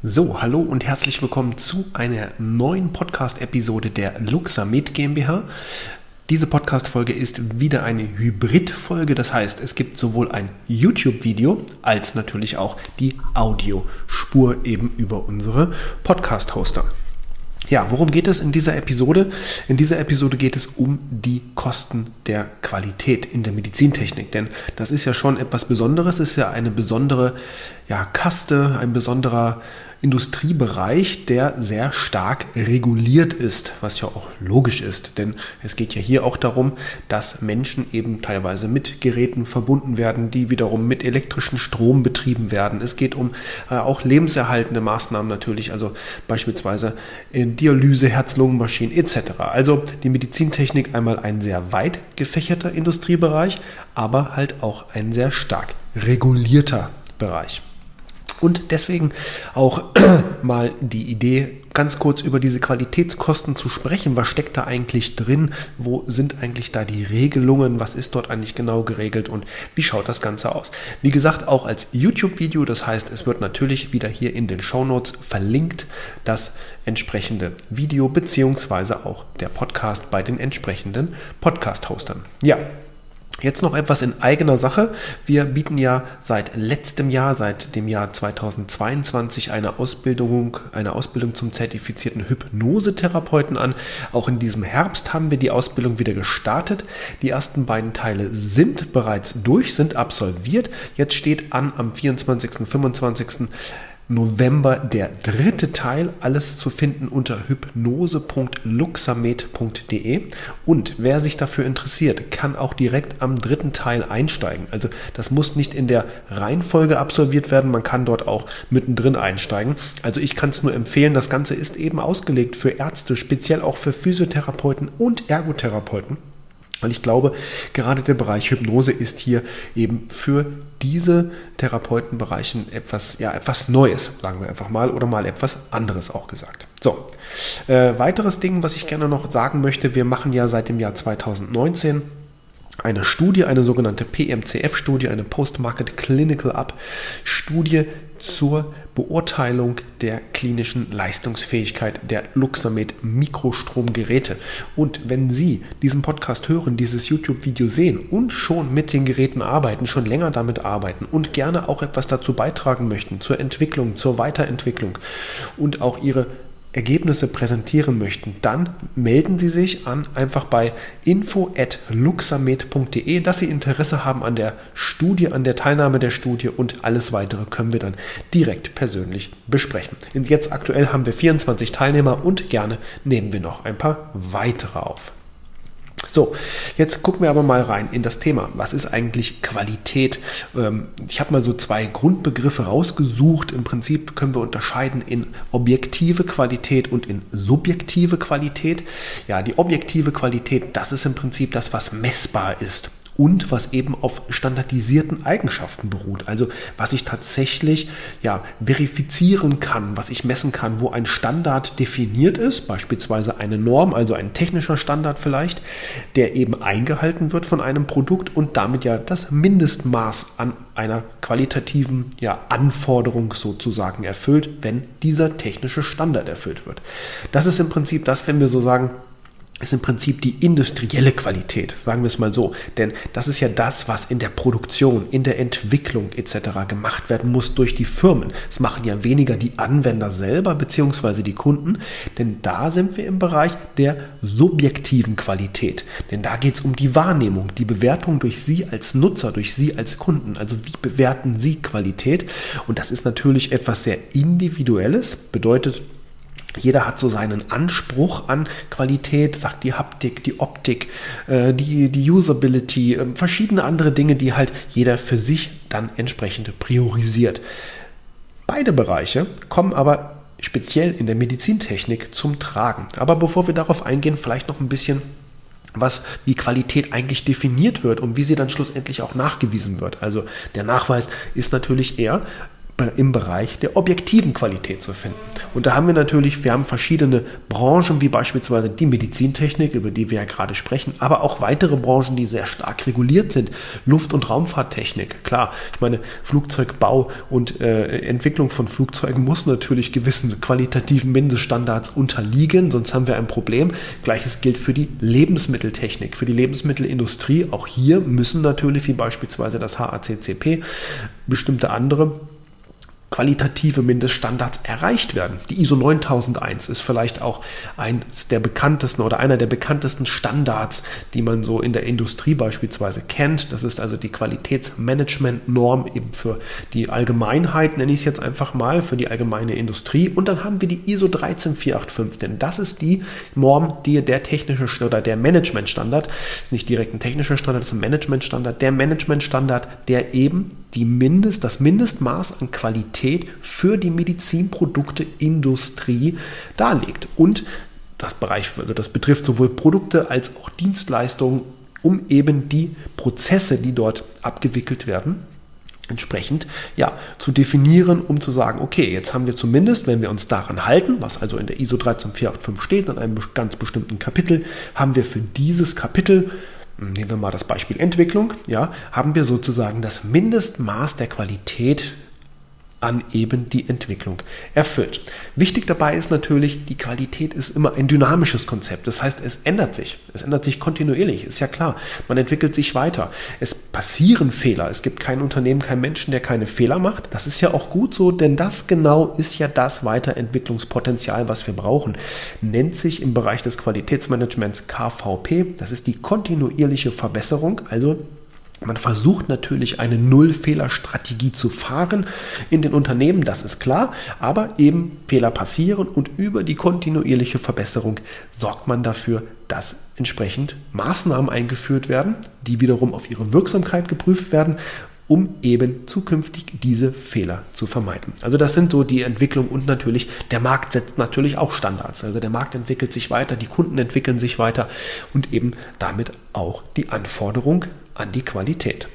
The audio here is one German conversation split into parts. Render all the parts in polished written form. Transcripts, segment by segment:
So, hallo und herzlich willkommen zu einer neuen Podcast-Episode der Luxamed GmbH. Diese Podcast-Folge ist wieder eine Hybrid-Folge, das heißt, es gibt sowohl ein YouTube-Video als natürlich auch die Audiospur eben über unsere Podcast-Hoster. Ja, worum geht es in dieser Episode? In dieser Episode geht es um die Kosten der Qualität in der Medizintechnik, denn das ist ja schon etwas Besonderes, es ist ja eine besondere Kaste, ein besonderer Industriebereich, der sehr stark reguliert ist, was ja auch logisch ist, denn es geht ja hier auch darum, dass Menschen eben teilweise mit Geräten verbunden werden, die wiederum mit elektrischem Strom betrieben werden. Es geht um auch lebenserhaltende Maßnahmen natürlich, also beispielsweise Dialyse, Herz-Lungen-Maschinen etc. Also die Medizintechnik einmal ein sehr weit gefächerter Industriebereich, aber halt auch ein sehr stark regulierter Bereich. Und deswegen auch mal die Idee, ganz kurz über diese Qualitätskosten zu sprechen. Was steckt da eigentlich drin? Wo sind eigentlich da die Regelungen? Was ist dort eigentlich genau geregelt? Und wie schaut das Ganze aus? Wie gesagt, auch als YouTube-Video. Das heißt, es wird natürlich wieder hier in den Shownotes verlinkt, das entsprechende Video beziehungsweise auch der Podcast bei den entsprechenden Podcast-Hostern. Ja. Jetzt noch etwas in eigener Sache. Wir bieten ja seit letztem Jahr, seit dem Jahr 2022 eine Ausbildung zum zertifizierten Hypnosetherapeuten an. Auch in diesem Herbst haben wir die Ausbildung wieder gestartet. Die ersten beiden Teile sind bereits durch, sind absolviert. Jetzt steht an am 24. und 25. November der dritte Teil, alles zu finden unter hypnose.luxamed.de, und wer sich dafür interessiert, kann auch direkt am dritten Teil einsteigen. Also das muss nicht in der Reihenfolge absolviert werden, man kann dort auch mittendrin einsteigen. Also ich kann es nur empfehlen, das Ganze ist eben ausgelegt für Ärzte, speziell auch für Physiotherapeuten und Ergotherapeuten. Weil ich glaube, gerade der Bereich Hypnose ist hier eben für diese Therapeutenbereichen etwas Neues, sagen wir einfach mal, oder mal etwas anderes auch gesagt. So, weiteres Ding, was ich gerne noch sagen möchte, wir machen ja seit dem Jahr 2019 eine Studie, eine sogenannte PMCF-Studie, eine Post-Market Clinical Up-Studie zur Beurteilung der klinischen Leistungsfähigkeit der Luxamed Mikrostromgeräte. Und wenn Sie diesen Podcast hören, dieses YouTube-Video sehen und schon mit den Geräten arbeiten, schon länger damit arbeiten und gerne auch etwas dazu beitragen möchten, zur Entwicklung, zur Weiterentwicklung und auch Ihre Ergebnisse präsentieren möchten, dann melden Sie sich einfach bei info@luxamed.de, dass Sie Interesse haben an der Studie, an der Teilnahme der Studie, und alles weitere können wir dann direkt persönlich besprechen. Und jetzt aktuell haben wir 24 Teilnehmer und gerne nehmen wir noch ein paar weitere auf. So, jetzt gucken wir aber mal rein in das Thema. Was ist eigentlich Qualität? Ich habe mal so zwei Grundbegriffe rausgesucht. Im Prinzip können wir unterscheiden in objektive Qualität und in subjektive Qualität. Ja, die objektive Qualität, das ist im Prinzip das, was messbar ist und was eben auf standardisierten Eigenschaften beruht. Also was ich tatsächlich verifizieren kann, was ich messen kann, wo ein Standard definiert ist, beispielsweise eine Norm, also ein technischer Standard vielleicht, der eben eingehalten wird von einem Produkt und damit ja das Mindestmaß an einer qualitativen Anforderung sozusagen erfüllt, wenn dieser technische Standard erfüllt wird. Das ist im Prinzip das, wenn wir so sagen, ist im Prinzip die industrielle Qualität, sagen wir es mal so. Denn das ist ja das, was in der Produktion, in der Entwicklung etc. gemacht werden muss durch die Firmen. Das machen ja weniger die Anwender selber bzw. die Kunden, denn da sind wir im Bereich der subjektiven Qualität. Denn da geht es um die Wahrnehmung, die Bewertung durch Sie als Nutzer, durch Sie als Kunden. Also wie bewerten Sie Qualität? Und das ist natürlich etwas sehr Individuelles, bedeutet, jeder hat so seinen Anspruch an Qualität, sagt die Haptik, die Optik, die Usability, verschiedene andere Dinge, die halt jeder für sich dann entsprechend priorisiert. Beide Bereiche kommen aber speziell in der Medizintechnik zum Tragen. Aber bevor wir darauf eingehen, vielleicht noch ein bisschen wie Qualität eigentlich definiert wird und wie sie dann schlussendlich auch nachgewiesen wird. Also der Nachweis ist natürlich eher im Bereich der objektiven Qualität zu finden. Und da haben wir haben verschiedene Branchen, wie beispielsweise die Medizintechnik, über die wir ja gerade sprechen, aber auch weitere Branchen, die sehr stark reguliert sind. Luft- und Raumfahrttechnik, klar. Ich meine, Flugzeugbau und Entwicklung von Flugzeugen muss natürlich gewissen qualitativen Mindeststandards unterliegen, sonst haben wir ein Problem. Gleiches gilt für die Lebensmitteltechnik, für die Lebensmittelindustrie. Auch hier müssen natürlich, wie beispielsweise das HACCP, bestimmte andere qualitative Mindeststandards erreicht werden. Die ISO 9001 ist vielleicht auch einer der bekanntesten Standards, die man so in der Industrie beispielsweise kennt. Das ist also die Qualitätsmanagement-Norm eben für die Allgemeinheit, nenne ich es jetzt einfach mal, für die allgemeine Industrie. Und dann haben wir die ISO 13485, denn das ist die Norm, die der technische oder der Managementstandard, ist nicht direkt ein technischer Standard, das ist ein Managementstandard, der Managementstandard, der eben das Mindestmaß an Qualität für die Medizinprodukteindustrie darlegt. Und das betrifft sowohl Produkte als auch Dienstleistungen, um eben die Prozesse, die dort abgewickelt werden, entsprechend zu definieren, um zu sagen, okay, jetzt haben wir zumindest, wenn wir uns daran halten, was also in der ISO 13485 steht, in einem ganz bestimmten Kapitel, haben wir für dieses Kapitel, nehmen wir mal das Beispiel Entwicklung, haben wir sozusagen das Mindestmaß der Qualität an eben die Entwicklung erfüllt. Wichtig dabei ist natürlich, die Qualität ist immer ein dynamisches Konzept. Das heißt, es ändert sich kontinuierlich, ist ja klar. Man entwickelt sich weiter. Es passieren Fehler. Es gibt kein Unternehmen, kein Menschen, der keine Fehler macht. Das ist ja auch gut so, denn das genau ist ja das Weiterentwicklungspotenzial, was wir brauchen. Nennt sich im Bereich des Qualitätsmanagements KVP. Das ist die kontinuierliche Verbesserung, also man versucht natürlich eine Null-Fehler-Strategie zu fahren in den Unternehmen, das ist klar, aber eben Fehler passieren und über die kontinuierliche Verbesserung sorgt man dafür, dass entsprechend Maßnahmen eingeführt werden, die wiederum auf ihre Wirksamkeit geprüft werden, um eben zukünftig diese Fehler zu vermeiden. Also das sind so die Entwicklungen und natürlich der Markt setzt natürlich auch Standards. Also der Markt entwickelt sich weiter, die Kunden entwickeln sich weiter und eben damit auch die Anforderung an die Qualität.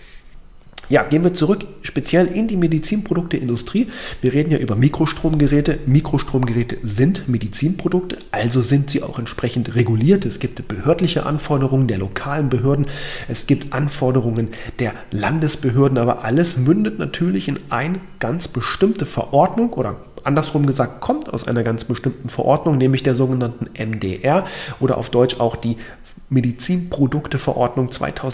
Ja, gehen wir zurück, speziell in die Medizinprodukteindustrie. Wir reden ja über Mikrostromgeräte. Mikrostromgeräte sind Medizinprodukte, also sind sie auch entsprechend reguliert. Es gibt behördliche Anforderungen der lokalen Behörden, es gibt Anforderungen der Landesbehörden, aber alles mündet natürlich in eine ganz bestimmte Verordnung oder andersrum gesagt, kommt aus einer ganz bestimmten Verordnung, nämlich der sogenannten MDR oder auf Deutsch auch die Medizinprodukteverordnung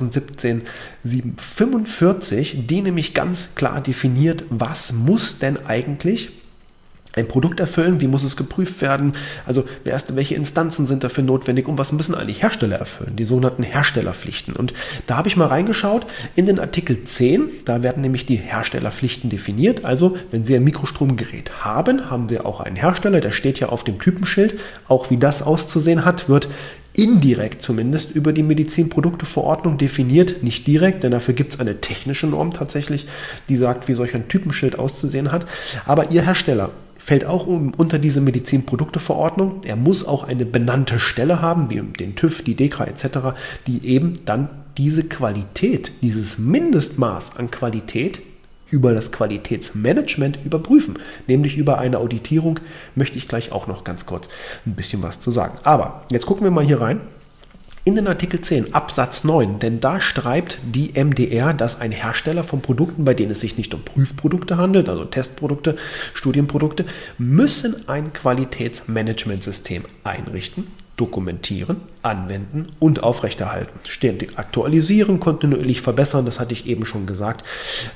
2017/745, die nämlich ganz klar definiert, was muss denn eigentlich ein Produkt erfüllen, wie muss es geprüft werden, also welche Instanzen sind dafür notwendig und was müssen eigentlich Hersteller erfüllen, die sogenannten Herstellerpflichten. Und da habe ich mal reingeschaut in den Artikel 10, da werden nämlich die Herstellerpflichten definiert, also wenn Sie ein Mikrostromgerät haben, haben Sie auch einen Hersteller, der steht ja auf dem Typenschild, auch wie das auszusehen hat, wird indirekt zumindest über die Medizinprodukteverordnung definiert, nicht direkt, denn dafür gibt es eine technische Norm tatsächlich, die sagt, wie solch ein Typenschild auszusehen hat, aber Ihr Hersteller fällt auch unter diese Medizinprodukteverordnung. Er muss auch eine benannte Stelle haben, wie den TÜV, die DEKRA etc., die eben dann diese Qualität, dieses Mindestmaß an Qualität über das Qualitätsmanagement überprüfen, nämlich über eine Auditierung, möchte ich gleich auch noch ganz kurz ein bisschen was zu sagen. Aber jetzt gucken wir mal hier rein. In den Artikel 10 Absatz 9, denn da schreibt die MDR, dass ein Hersteller von Produkten, bei denen es sich nicht um Prüfprodukte handelt, also Testprodukte, Studienprodukte, müssen ein Qualitätsmanagementsystem einrichten, dokumentieren, anwenden und aufrechterhalten. Ständig aktualisieren, kontinuierlich verbessern, das hatte ich eben schon gesagt,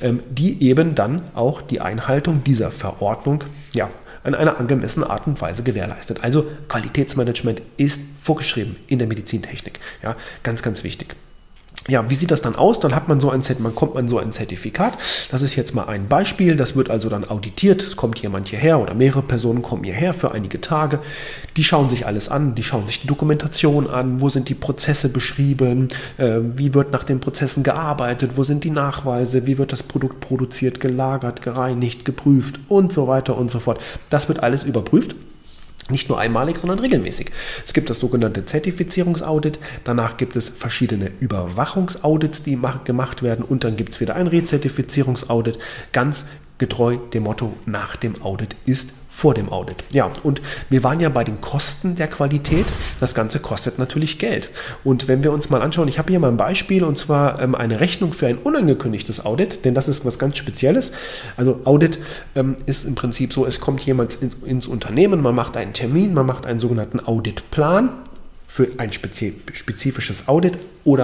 die eben dann auch die Einhaltung dieser Verordnung, in einer angemessenen Art und Weise gewährleistet. Also Qualitätsmanagement ist vorgeschrieben in der Medizintechnik. Ja, ganz, ganz wichtig. Ja, wie sieht das dann aus? Dann kommt man so ein Zertifikat. Das ist jetzt mal ein Beispiel. Das wird also dann auditiert. Es kommt jemand hierher oder mehrere Personen kommen hierher für einige Tage. Die schauen sich alles an. Die schauen sich die Dokumentation an. Wo sind die Prozesse beschrieben? Wie wird nach den Prozessen gearbeitet? Wo sind die Nachweise? Wie wird das Produkt produziert, gelagert, gereinigt, geprüft und so weiter und so fort. Das wird alles überprüft. Nicht nur einmalig, sondern regelmäßig. Es gibt das sogenannte Zertifizierungsaudit, danach gibt es verschiedene Überwachungsaudits, die gemacht werden und dann gibt es wieder ein Rezertifizierungsaudit, ganz getreu dem Motto, nach dem Audit ist vor dem Audit. Ja, und wir waren ja bei den Kosten der Qualität. Das Ganze kostet natürlich Geld. Und wenn wir uns mal anschauen, ich habe hier mal ein Beispiel, und zwar eine Rechnung für ein unangekündigtes Audit, denn das ist was ganz Spezielles. Also Audit ist im Prinzip so, es kommt jemand ins Unternehmen, man macht einen Termin, man macht einen sogenannten Auditplan für ein spezifisches Audit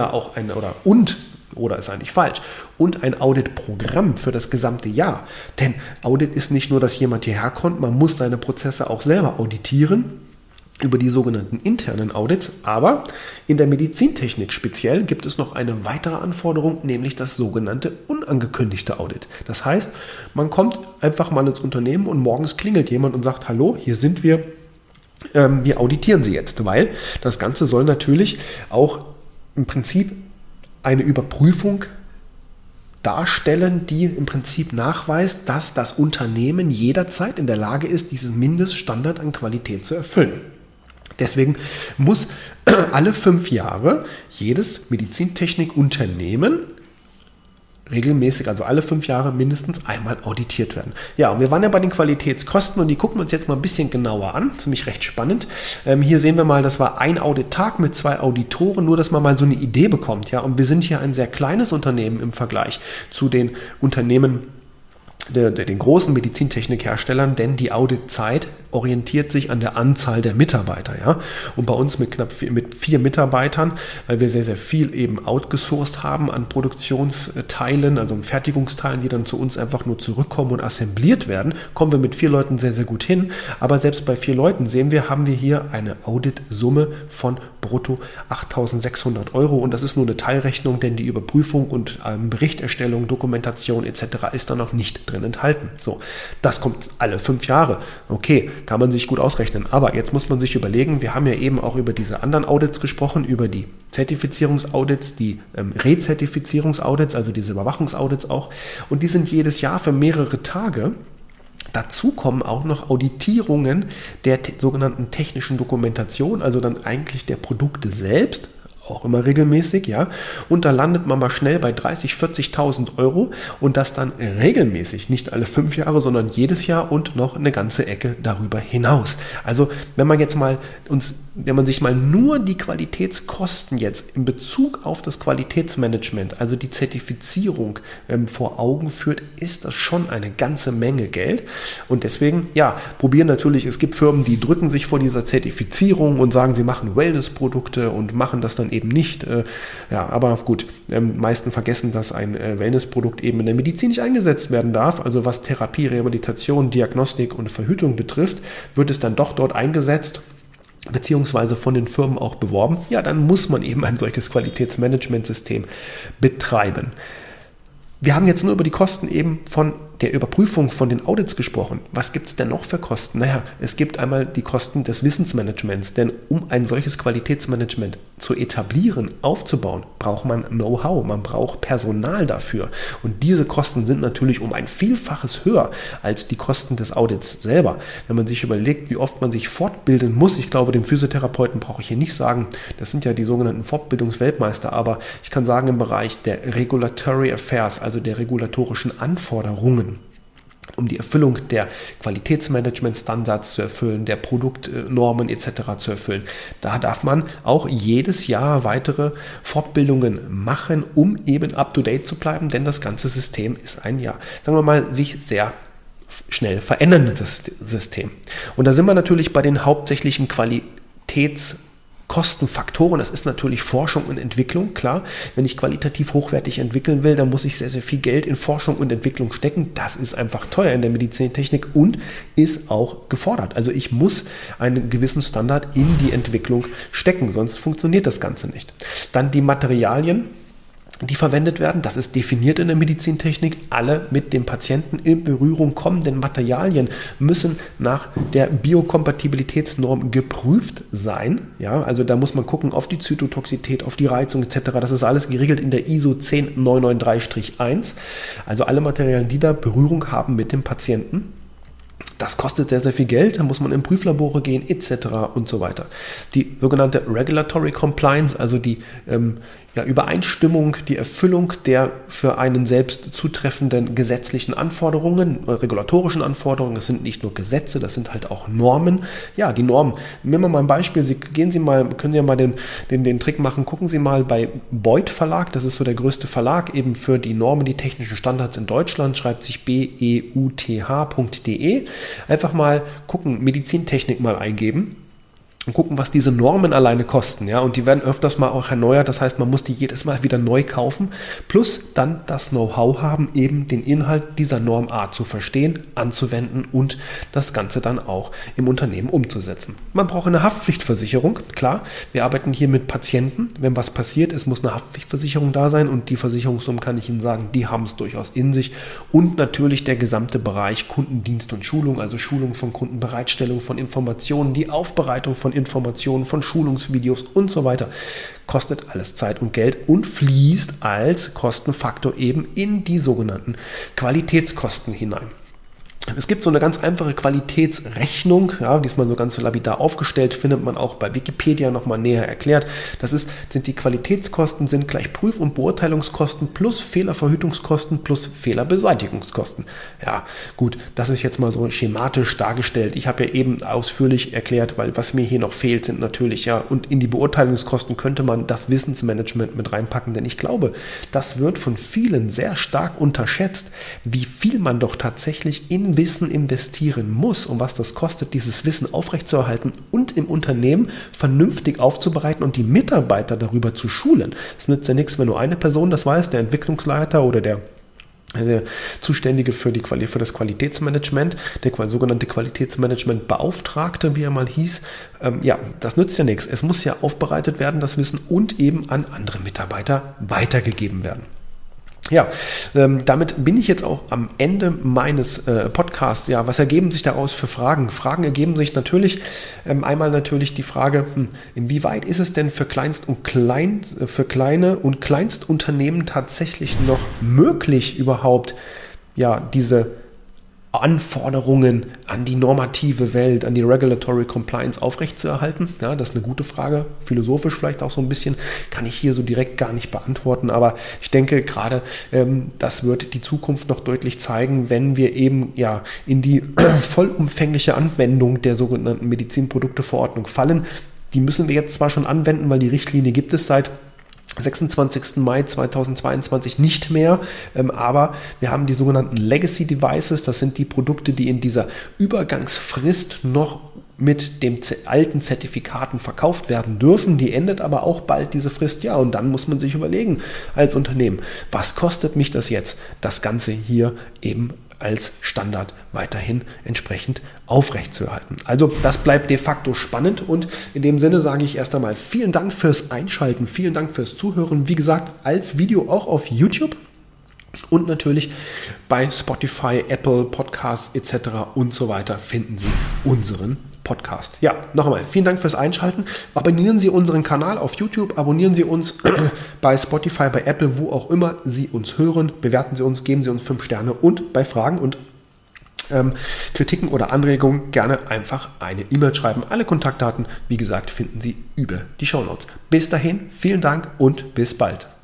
oder ist eigentlich falsch, und ein Auditprogramm für das gesamte Jahr. Denn Audit ist nicht nur, dass jemand hierher kommt, man muss seine Prozesse auch selber auditieren über die sogenannten internen Audits, aber in der Medizintechnik speziell gibt es noch eine weitere Anforderung, nämlich das sogenannte unangekündigte Audit. Das heißt, man kommt einfach mal ins Unternehmen und morgens klingelt jemand und sagt, hallo, hier sind wir auditieren Sie jetzt, weil das Ganze soll natürlich auch im Prinzip eine Überprüfung darstellen, die im Prinzip nachweist, dass das Unternehmen jederzeit in der Lage ist, diesen Mindeststandard an Qualität zu erfüllen. Deswegen muss alle 5 Jahre jedes Medizintechnikunternehmen regelmäßig, also alle 5 Jahre mindestens einmal auditiert werden. Ja, und wir waren ja bei den Qualitätskosten und die gucken wir uns jetzt mal ein bisschen genauer an. Ziemlich recht spannend. Hier sehen wir mal, das war ein Audittag mit 2 Auditoren, nur dass man mal so eine Idee bekommt. Ja, und wir sind hier ein sehr kleines Unternehmen im Vergleich zu den Unternehmen, den großen Medizintechnikherstellern, denn die Auditzeit orientiert sich an der Anzahl der Mitarbeiter. Ja? Und bei uns mit 4 Mitarbeitern, weil wir sehr, sehr viel eben outgesourced haben an Produktionsteilen, also Fertigungsteilen, die dann zu uns einfach nur zurückkommen und assembliert werden, kommen wir mit 4 Leuten sehr, sehr gut hin. Aber selbst bei 4 Leuten haben wir hier eine Auditsumme von brutto 8.600 € und das ist nur eine Teilrechnung, denn die Überprüfung und Berichterstellung, Dokumentation etc. ist da noch nicht drin enthalten. So, das kommt alle 5 Jahre. Okay, kann man sich gut ausrechnen. Aber jetzt muss man sich überlegen, wir haben ja eben auch über diese anderen Audits gesprochen, über die Zertifizierungsaudits, die Rezertifizierungsaudits, also diese Überwachungsaudits auch. Und die sind jedes Jahr für mehrere Tage. Dazu kommen auch noch Auditierungen der sogenannten technischen Dokumentation, also dann eigentlich der Produkte selbst, auch immer regelmäßig, ja, und da landet man mal schnell bei 30.000, 40.000 € und das dann regelmäßig, nicht alle 5 Jahre, sondern jedes Jahr und noch eine ganze Ecke darüber hinaus. Also wenn man sich mal nur die Qualitätskosten jetzt in Bezug auf das Qualitätsmanagement, also die Zertifizierung vor Augen führt, ist das schon eine ganze Menge Geld und deswegen, ja, probieren natürlich, es gibt Firmen, die drücken sich vor dieser Zertifizierung und sagen, sie machen Wellness-Produkte und machen das dann eben nicht. Ja, aber gut, meisten vergessen, dass ein Wellnessprodukt eben in der Medizin nicht eingesetzt werden darf. Also was Therapie, Rehabilitation, Diagnostik und Verhütung betrifft, wird es dann doch dort eingesetzt, beziehungsweise von den Firmen auch beworben. Ja, dann muss man eben ein solches Qualitätsmanagementsystem betreiben. Wir haben jetzt nur über die Kosten eben von der Überprüfung von den Audits gesprochen. Was gibt es denn noch für Kosten? Naja, es gibt einmal die Kosten des Wissensmanagements, denn um ein solches Qualitätsmanagement zu etablieren, aufzubauen, braucht man Know-how, man braucht Personal dafür. Und diese Kosten sind natürlich um ein Vielfaches höher als die Kosten des Audits selber. Wenn man sich überlegt, wie oft man sich fortbilden muss, ich glaube, den Physiotherapeuten brauche ich hier nicht sagen, das sind ja die sogenannten Fortbildungsweltmeister, aber ich kann sagen, im Bereich der Regulatory Affairs, also der regulatorischen Anforderungen, um die Erfüllung der Qualitätsmanagementstandards zu erfüllen, der Produktnormen etc. zu erfüllen. Da darf man auch jedes Jahr weitere Fortbildungen machen, um eben up-to-date zu bleiben, denn das ganze System ist ein Jahr, sagen wir mal, sich sehr schnell veränderndes System. Und da sind wir natürlich bei den hauptsächlichen Kostenfaktoren, das ist natürlich Forschung und Entwicklung, klar. Wenn ich qualitativ hochwertig entwickeln will, dann muss ich sehr, sehr viel Geld in Forschung und Entwicklung stecken. Das ist einfach teuer in der Medizintechnik und ist auch gefordert. Also ich muss einen gewissen Standard in die Entwicklung stecken, sonst funktioniert das Ganze nicht. Dann die Materialien, die verwendet werden, das ist definiert in der Medizintechnik, alle mit dem Patienten in Berührung kommenden Materialien müssen nach der Biokompatibilitätsnorm geprüft sein. Ja, also da muss man gucken auf die Zytotoxität, auf die Reizung etc. Das ist alles geregelt in der ISO 10993-1. Also alle Materialien, die da Berührung haben mit dem Patienten. Das kostet sehr, sehr viel Geld, da muss man in Prüflabore gehen etc. und so weiter. Die sogenannte Regulatory Compliance, also die Übereinstimmung, die Erfüllung der für einen selbst zutreffenden gesetzlichen Anforderungen, regulatorischen Anforderungen. Das sind nicht nur Gesetze, das sind halt auch Normen. Ja, die Normen. Nehmen wir mal ein Beispiel. Können Sie ja mal den Trick machen. Gucken Sie mal bei Beuth Verlag. Das ist so der größte Verlag eben für die Normen, die technischen Standards in Deutschland. Schreibt sich beuth.de. Einfach mal gucken, Medizintechnik mal eingeben. Und gucken, was diese Normen alleine kosten. Ja? Und die werden öfters mal auch erneuert. Das heißt, man muss die jedes Mal wieder neu kaufen. Plus dann das Know-how haben, eben den Inhalt dieser Norm A zu verstehen, anzuwenden und das Ganze dann auch im Unternehmen umzusetzen. Man braucht eine Haftpflichtversicherung. Klar, wir arbeiten hier mit Patienten. Wenn was passiert, es muss eine Haftpflichtversicherung da sein. Und die Versicherungssummen, kann ich Ihnen sagen, die haben es durchaus in sich. Und natürlich der gesamte Bereich Kundendienst und Schulung, also Schulung von Kunden, Bereitstellung von Informationen, die Aufbereitung von Informationen, von Schulungsvideos und so weiter. Kostet alles Zeit und Geld und fließt als Kostenfaktor eben in die sogenannten Qualitätskosten hinein. Es gibt so eine ganz einfache Qualitätsrechnung, ja, die ist mal so ganz lapidar aufgestellt, findet man auch bei Wikipedia nochmal näher erklärt. Die Qualitätskosten sind gleich Prüf- und Beurteilungskosten plus Fehlerverhütungskosten plus Fehlerbeseitigungskosten. Ja, gut, das ist jetzt mal so schematisch dargestellt. Ich habe ja eben ausführlich erklärt, weil was mir hier noch fehlt, sind natürlich, ja, und in die Beurteilungskosten könnte man das Wissensmanagement mit reinpacken, denn ich glaube, das wird von vielen sehr stark unterschätzt, wie viel man doch tatsächlich in Wissen investieren muss und was das kostet, dieses Wissen aufrechtzuerhalten und im Unternehmen vernünftig aufzubereiten und die Mitarbeiter darüber zu schulen. Es nützt ja nichts, wenn nur eine Person das weiß, der Entwicklungsleiter oder der Zuständige für das Qualitätsmanagement, der sogenannte Qualitätsmanagementbeauftragte, wie er mal hieß. Das nützt ja nichts. Es muss ja aufbereitet werden, das Wissen, und eben an andere Mitarbeiter weitergegeben werden. Ja, damit bin ich jetzt auch am Ende meines Podcasts. Ja, was ergeben sich daraus für Fragen? Fragen ergeben sich natürlich einmal natürlich die Frage, inwieweit ist es denn für kleine und Kleinstunternehmen tatsächlich noch möglich, überhaupt diese Anforderungen an die normative Welt, an die Regulatory Compliance aufrechtzuerhalten? Ja, das ist eine gute Frage, philosophisch vielleicht auch so ein bisschen, kann ich hier so direkt gar nicht beantworten, aber ich denke gerade, das wird die Zukunft noch deutlich zeigen, wenn wir eben in die vollumfängliche Anwendung der sogenannten Medizinprodukteverordnung fallen. Die müssen wir jetzt zwar schon anwenden, weil die Richtlinie gibt es seit 26. Mai 2022 nicht mehr, aber wir haben die sogenannten Legacy Devices, das sind die Produkte, die in dieser Übergangsfrist noch mit dem alten Zertifikaten verkauft werden dürfen. Die endet aber auch bald, diese Frist. Ja, und dann muss man sich überlegen als Unternehmen, was kostet mich das jetzt, das Ganze hier eben als Standard weiterhin entsprechend aufrechtzuerhalten. Also das bleibt de facto spannend und in dem Sinne sage ich erst einmal vielen Dank fürs Einschalten, vielen Dank fürs Zuhören. Wie gesagt, als Video auch auf YouTube und natürlich bei Spotify, Apple Podcasts etc. und so weiter finden Sie unseren Podcast. Ja, noch einmal, vielen Dank fürs Einschalten. Abonnieren Sie unseren Kanal auf YouTube, abonnieren Sie uns bei Spotify, bei Apple, wo auch immer Sie uns hören. Bewerten Sie uns, geben Sie uns 5 Sterne und bei Fragen und Kritiken oder Anregungen gerne einfach eine E-Mail schreiben. Alle Kontaktdaten, wie gesagt, finden Sie über die Shownotes. Bis dahin, vielen Dank und bis bald.